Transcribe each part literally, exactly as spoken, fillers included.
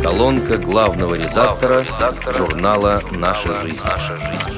Колонка главного редактора, главного редактора журнала «Наша жизнь». «Наша жизнь».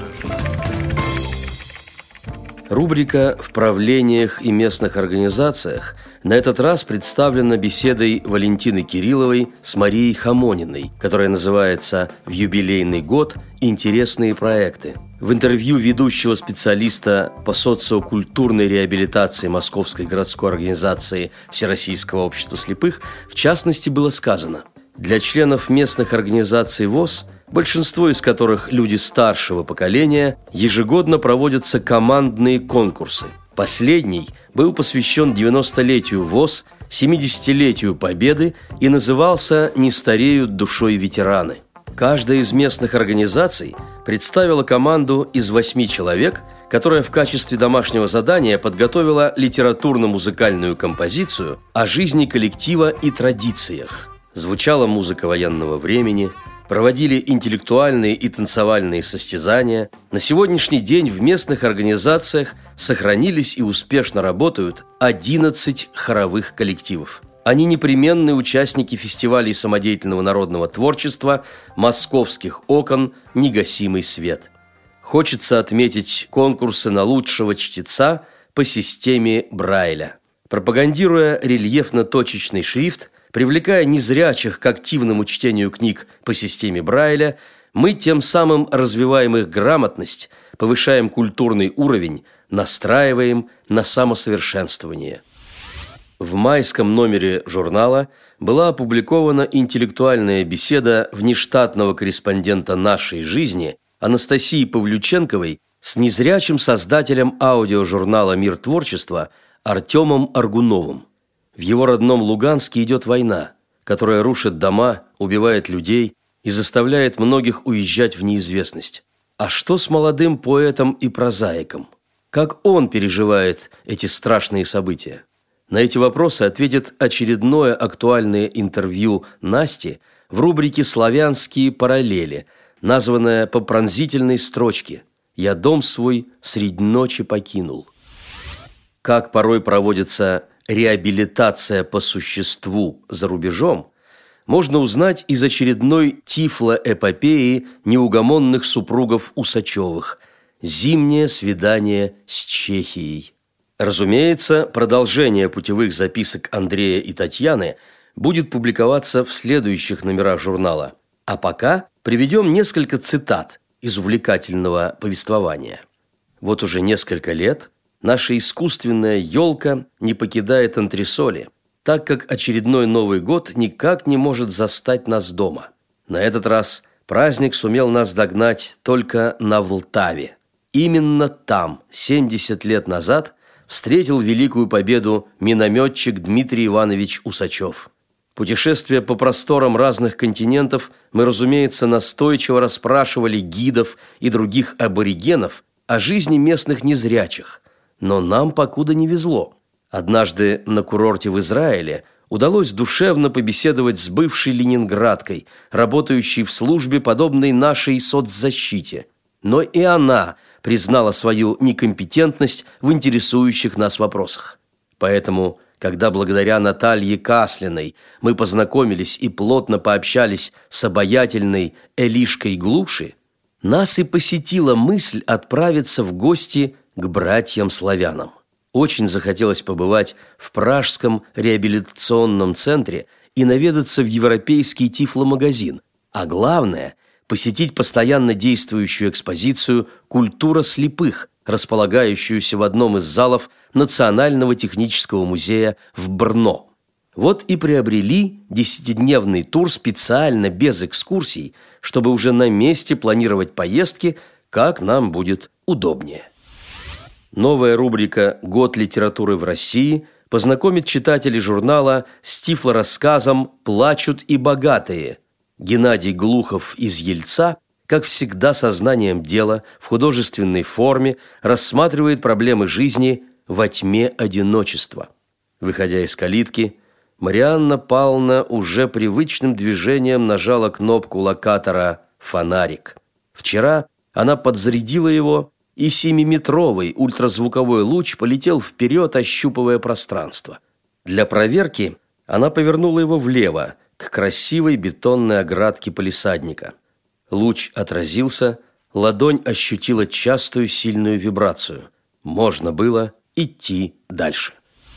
Рубрика «В правлениях и местных организациях» на этот раз представлена беседой Валентины Кирилловой с Марией Хамониной, которая называется «В юбилейный год. Интересные проекты». В интервью ведущего специалиста по социокультурной реабилитации Московской городской организации Всероссийского общества слепых, в частности, было сказано: для членов местных организаций ВОС, большинство из которых люди старшего поколения, ежегодно проводятся командные конкурсы. Последний был посвящен девяностолетию ВОС, семидесятилетию Победы и назывался «Не стареют душой ветераны». Каждая из местных организаций представила команду из восьми человек, которая в качестве домашнего задания подготовила литературно-музыкальную композицию о жизни коллектива и традициях. Звучала музыка военного времени, проводили интеллектуальные и танцевальные состязания. На сегодняшний день в местных организациях сохранились и успешно работают одиннадцать хоровых коллективов. Они непременные участники фестивалей самодеятельного народного творчества «Московских окон. Негасимый свет». Хочется отметить конкурсы на лучшего чтеца по системе Брайля. Пропагандируя рельефно-точечный шрифт, привлекая незрячих к активному чтению книг по системе Брайля, мы тем самым развиваем их грамотность, повышаем культурный уровень, настраиваем на самосовершенствование. В майском номере журнала была опубликована интеллектуальная беседа внештатного корреспондента «Нашей жизни» Анастасии Павлюченковой с незрячим создателем аудиожурнала «Мир творчества» Артемом Аргуновым. В его родном Луганске идет война, которая рушит дома, убивает людей и заставляет многих уезжать в неизвестность. А что с молодым поэтом и прозаиком? Как он переживает эти страшные события? На эти вопросы ответит очередное актуальное интервью Насти в рубрике «Славянские параллели», названное по пронзительной строчке «Я дом свой средь ночи покинул». Как порой проводится реабилитация по существу за рубежом, можно узнать из очередной тифлоэпопеи неугомонных супругов Усачевых «Зимнее свидание с Чехией». Разумеется, продолжение путевых записок Андрея и Татьяны будет публиковаться в следующих номерах журнала. А пока приведем несколько цитат из увлекательного повествования. Вот уже несколько лет наша искусственная елка не покидает антресоли, так как очередной Новый год никак не может застать нас дома. На этот раз праздник сумел нас догнать только на Влтаве. Именно там, семьдесят лет назад, встретил великую победу минометчик Дмитрий Иванович Усачев. Путешествуя по просторам разных континентов, мы, разумеется, настойчиво расспрашивали гидов и других аборигенов о жизни местных незрячих. Но нам покуда не везло. Однажды на курорте в Израиле удалось душевно побеседовать с бывшей ленинградкой, работающей в службе, подобной нашей соцзащите. Но и она признала свою некомпетентность в интересующих нас вопросах. Поэтому, когда благодаря Наталье Каслиной мы познакомились и плотно пообщались с обаятельной Элишкой Глуши, нас и посетила мысль отправиться в гости к братьям-славянам. Очень захотелось побывать в Пражском реабилитационном центре и наведаться в европейский тифломагазин, а главное – посетить постоянно действующую экспозицию «Культура слепых», располагающуюся в одном из залов Национального технического музея в Брно. Вот и приобрели десятидневный тур специально без экскурсий, чтобы уже на месте планировать поездки, как нам будет удобнее. Новая рубрика «Год литературы в России» познакомит читателей журнала с тифлорассказом «Плачут и богатые». Геннадий Глухов из Ельца, как всегда сознанием дела, в художественной форме, рассматривает проблемы жизни во тьме одиночества. Выходя из калитки, Марианна Павловна уже привычным движением нажала кнопку локатора «Фонарик». Вчера она подзарядила его, и семиметровый ультразвуковой луч полетел вперед, ощупывая пространство. Для проверки она повернула его влево, к красивой бетонной оградке палисадника. Луч отразился, ладонь ощутила частую сильную вибрацию. Можно было идти дальше.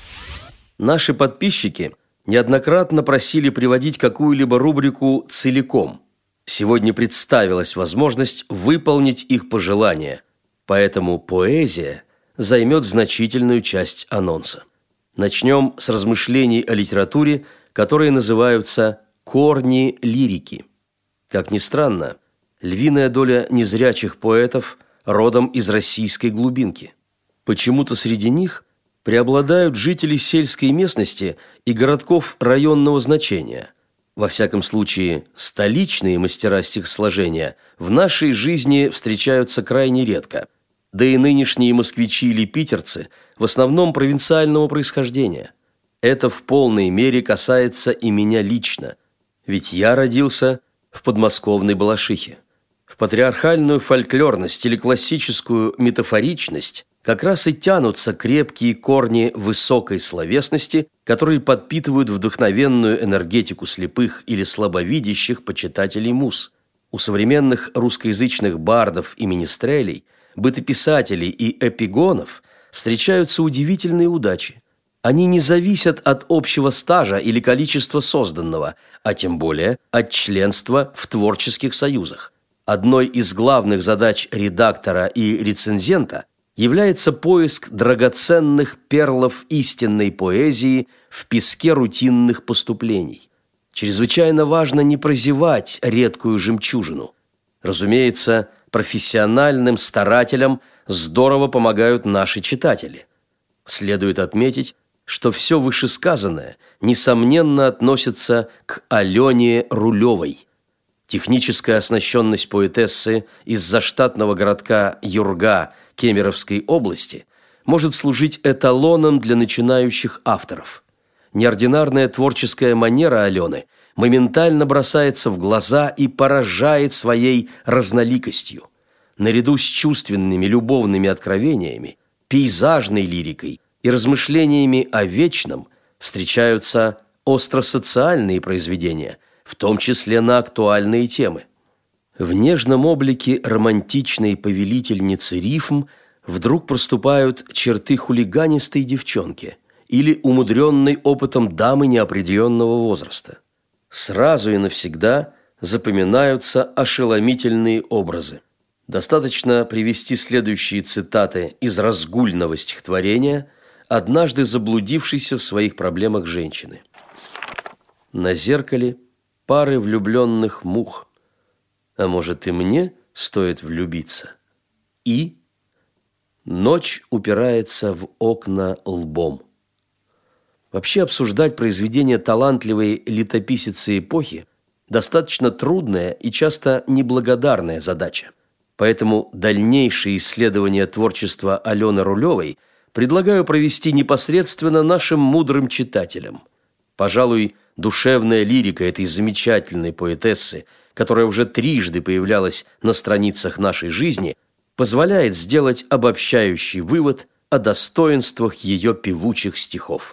Наши подписчики неоднократно просили приводить какую-либо рубрику целиком. Сегодня представилась возможность выполнить их пожелания, поэтому поэзия займет значительную часть анонса. Начнем с размышлений о литературе, которые называются «корни лирики». Как ни странно, львиная доля незрячих поэтов родом из российской глубинки. Почему-то среди них преобладают жители сельской местности и городков районного значения. Во всяком случае, столичные мастера стихосложения в нашей жизни встречаются крайне редко. Да и нынешние москвичи или питерцы в основном провинциального происхождения. Это в полной мере касается и меня лично, ведь я родился в подмосковной Балашихе. В патриархальную фольклорность или классическую метафоричность как раз и тянутся крепкие корни высокой словесности, которые подпитывают вдохновенную энергетику слепых или слабовидящих почитателей муз. У современных русскоязычных бардов и министрелей, бытописателей и эпигонов встречаются удивительные удачи. Они не зависят от общего стажа или количества созданного, а тем более от членства в творческих союзах. Одной из главных задач редактора и рецензента является поиск драгоценных перлов истинной поэзии в песке рутинных поступлений. Чрезвычайно важно не прозевать редкую жемчужину. Разумеется, профессиональным старателям здорово помогают наши читатели. Следует отметить, что все вышесказанное, несомненно, относится к Алене Рулевой. Техническая оснащенность поэтессы из заштатного городка Юрга Кемеровской области может служить эталоном для начинающих авторов. Неординарная творческая манера Алены моментально бросается в глаза и поражает своей разноликостью. Наряду с чувственными любовными откровениями, пейзажной лирикой и размышлениями о вечном встречаются остросоциальные произведения, в том числе на актуальные темы. В нежном облике романтичной повелительницы рифм вдруг проступают черты хулиганистой девчонки или умудренной опытом дамы неопределенного возраста. Сразу и навсегда запоминаются ошеломительные образы. Достаточно привести следующие цитаты из разгульного стихотворения однажды заблудившейся в своих проблемах женщины. «На зеркале пары влюбленных мух. А может, и мне стоит влюбиться? И ночь упирается в окна лбом». Вообще обсуждать произведения талантливой летописицы эпохи достаточно трудная и часто неблагодарная задача. Поэтому дальнейшие исследования творчества Алены Рулевой предлагаю провести непосредственно нашим мудрым читателям. Пожалуй, душевная лирика этой замечательной поэтессы, которая уже трижды появлялась на страницах нашей жизни, позволяет сделать обобщающий вывод о достоинствах ее певучих стихов.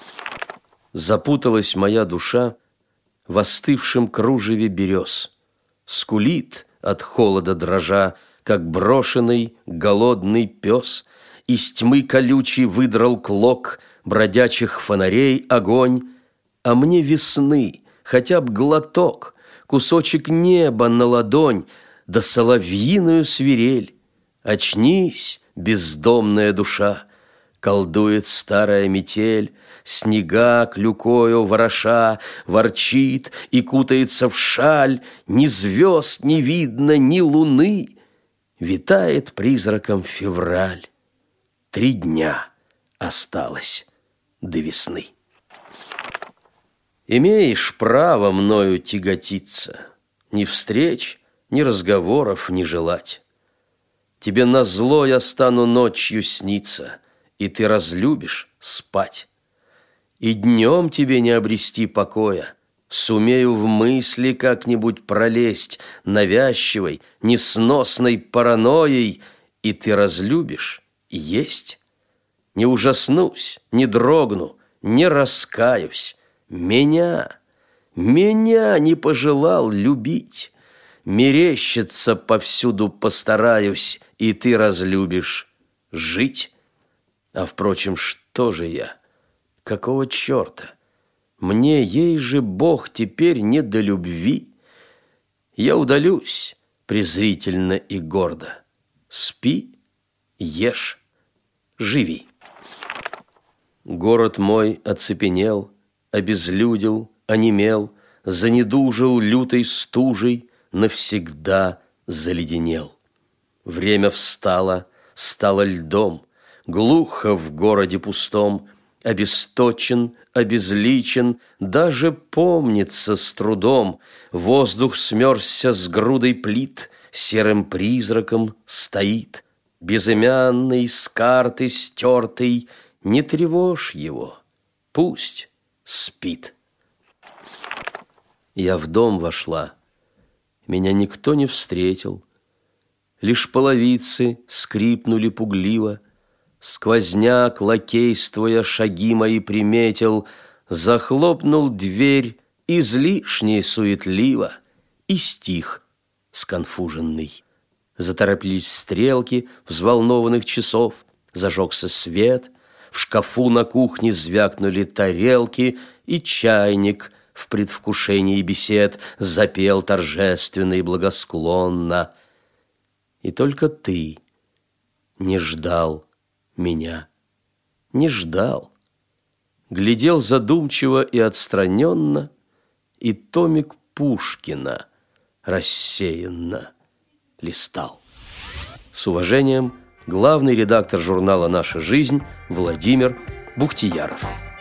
Запуталась моя душа в остывшем кружеве берез, скулит от холода дрожа, как брошенный голодный пес, из тьмы колючей выдрал клок бродячих фонарей огонь, а мне весны, хотя б глоток, кусочек неба на ладонь, да соловьиную свирель. Очнись, бездомная душа, колдует старая метель, снега клюкою вороша, ворчит и кутается в шаль, ни звезд не видно, ни луны, витает призраком февраль. Три дня осталось до весны. Имеешь право мною тяготиться, ни встреч, ни разговоров не желать. Тебе назло я стану ночью сниться, и ты разлюбишь спать. И днем тебе не обрести покоя, сумею в мысли как-нибудь пролезть навязчивой, несносной паранойей, и ты разлюбишь есть. Не ужаснусь, не дрогну, не раскаюсь. Меня, Меня не пожелал любить. Мерещиться повсюду постараюсь, и ты разлюбишь жить. А впрочем, что же я? Какого черта? Мне ей же Бог теперь не до любви. Я удалюсь презрительно и гордо. Спи, ешь, живи. Город мой оцепенел, обезлюдил, онемел, занедужил лютой стужей, навсегда заледенел. Время встало, стало льдом, глухо в городе пустом, обесточен, обезличен, даже помнится с трудом. Воздух смерзся с грудой плит, серым призраком стоит. Безымянный, с карты стертый, не тревожь его, пусть спит. Я в дом вошла, меня никто не встретил, лишь половицы скрипнули пугливо. Сквозняк, лакействуя, шаги мои приметил, захлопнул дверь излишне суетливо и стих сконфуженный. Заторопились стрелки взволнованных часов, зажегся свет, в шкафу на кухне звякнули тарелки, и чайник в предвкушении бесед запел торжественно и благосклонно. И только ты не ждал меня, не ждал, глядел задумчиво и отстраненно, и томик Пушкина рассеянно листал. С уважением, главный редактор журнала «Наша жизнь» Владимир Бухтияров.